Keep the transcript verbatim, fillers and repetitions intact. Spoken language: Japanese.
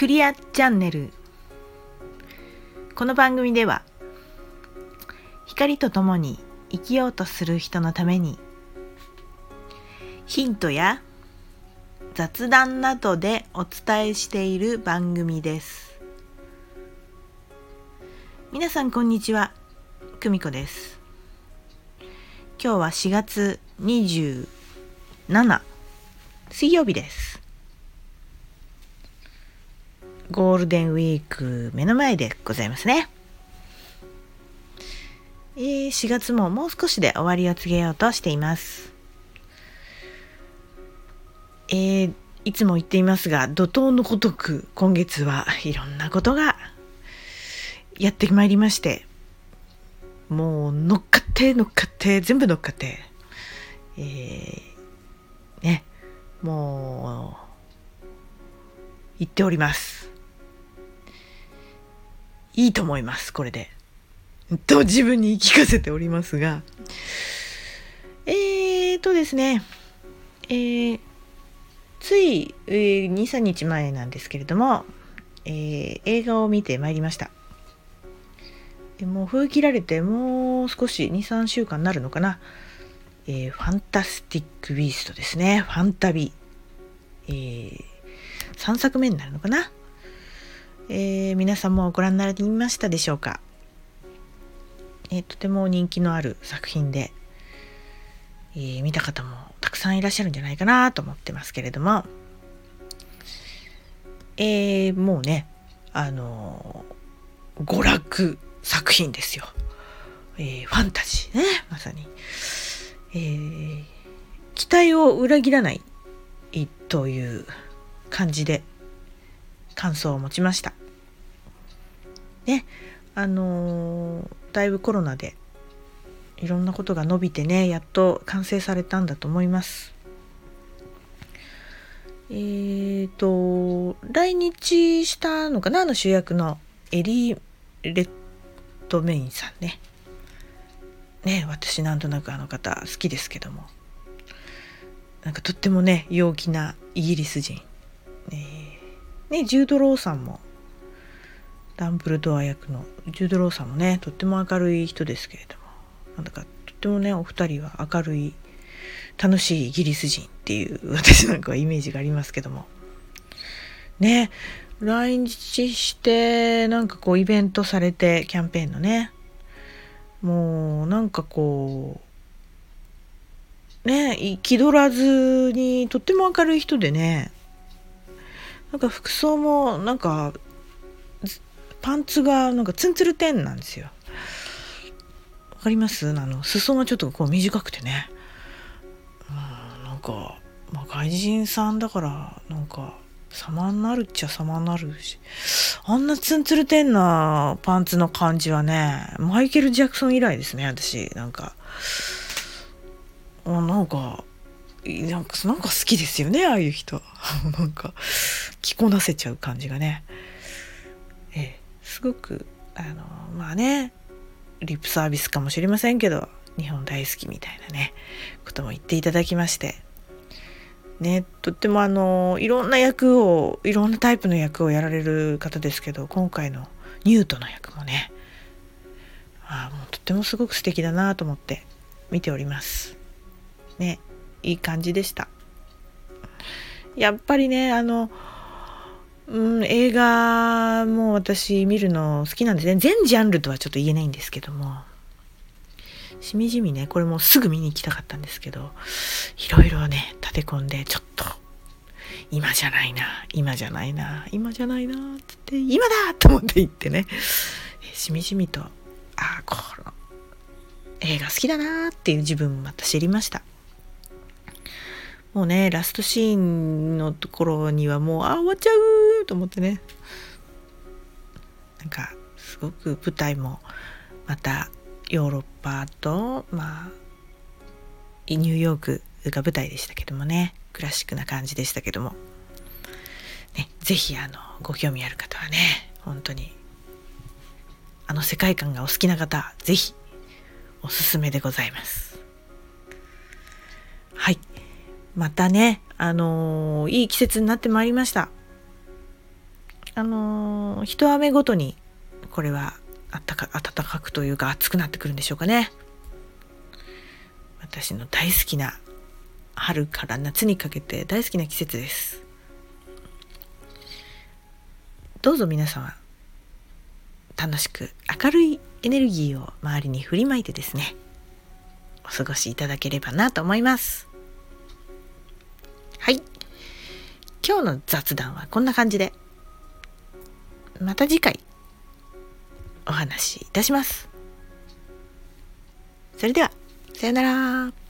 クリアチャンネル。この番組では光とともに生きようとする人のためにヒントや雑談などでお伝えしている番組です。皆さんこんにちは、久美子です。今日はしがつにじゅうしちにち水曜日です。ゴールデンウィーク目の前でございますね。えー、しがつももう少しで終わりを告げようとしています。えー、いつも言っていますが、怒涛のごとく今月はいろんなことがやってまいりまして、もう乗っかって乗っかって全部乗っかって、えー、ね、もう言っております。いいと思います、これでと自分に言い聞かせておりますが、えーとですね、えー、つい、えー、にさんにちまえなんですけれども、えー、映画を見てまいりました。もう封切られてもう少し にさんしゅうかんになるのかな。えー、ファンタスティックビーストですね。ファンタビ、えー、さんさくめになるのかな。えー、皆さんもご覧になりましたでしょうか。えー、とても人気のある作品で、えー、見た方もたくさんいらっしゃるんじゃないかなと思ってますけれども、えー、もうね、あのー、娯楽作品ですよ。えー、ファンタジーね、まさに、えー、期待を裏切らないという感じで感想を持ちましたね。あのー、だいぶコロナでいろんなことが伸びてね、やっと完成されたんだと思います。えーと来日したのかな、あの主役のエリー・レッドメインさんね。ね、私なんとなくあの方好きですけども、なんかとってもね陽気なイギリス人、えー、ね、ジュード・ローさんもダンブルドア役のジュード・ローさんもね、とっても明るい人ですけれども、なんだかとってもねお二人は明るい楽しいイギリス人っていう私なんかはイメージがありますけどもね、来日してなんかこうイベントされて、キャンペーンのね、もうなんかこうね、気取らずにとっても明るい人でね、なんか服装もなんかパンツがなんかツンツルテンなんですよ。わかります？あの裾がちょっとこう短くてね、うん、なんか、まあ、外人さんだからなんか様になるっちゃ様になるし、あんなツンツルテンなパンツの感じはね、マイケル・ジャクソン以来ですね。私なんかあなんかなんかなんか好きですよね、ああいう人なんか着こなせちゃう感じがね、ええ、すごくあのまあね、リップサービスかもしれませんけど、日本大好きみたいなねことも言っていただきましてね、とってもあのいろんな役をいろんなタイプの役をやられる方ですけど、今回のニュートの役もね、あもうとってもすごく素敵だなと思って見ておりますね。いい感じでした。やっぱりね、あの、うん、映画も私見るの好きなんですね。全ジャンルとはちょっと言えないんですけども、しみじみね、これもすぐ見に行きたかったんですけど、いろいろね立て込んで、ちょっと今じゃないな今じゃないな今じゃないなって今だと思って行ってね、しみじみとあこの映画好きだなっていう自分もまた知りました。もうねラストシーンのところにはもうあ終わっちゃうと思ってね、なんかすごく舞台もまたヨーロッパとまあニューヨークが舞台でしたけどもね、クラシックな感じでしたけどもね、ぜひあのご興味ある方はね、本当にあの世界観がお好きな方、ぜひおすすめでございます。はい、またね、あのー、いい季節になってまいりました。 あのー、一雨ごとにこれは暖か、暖かくというか暑くなってくるんでしょうかね。私の大好きな春から夏にかけて大好きな季節です。どうぞ皆様楽しく明るいエネルギーを周りに振りまいてですね、お過ごしいただければなと思います。はい、今日の雑談はこんな感じで、また次回お話しいたします。それではさよなら。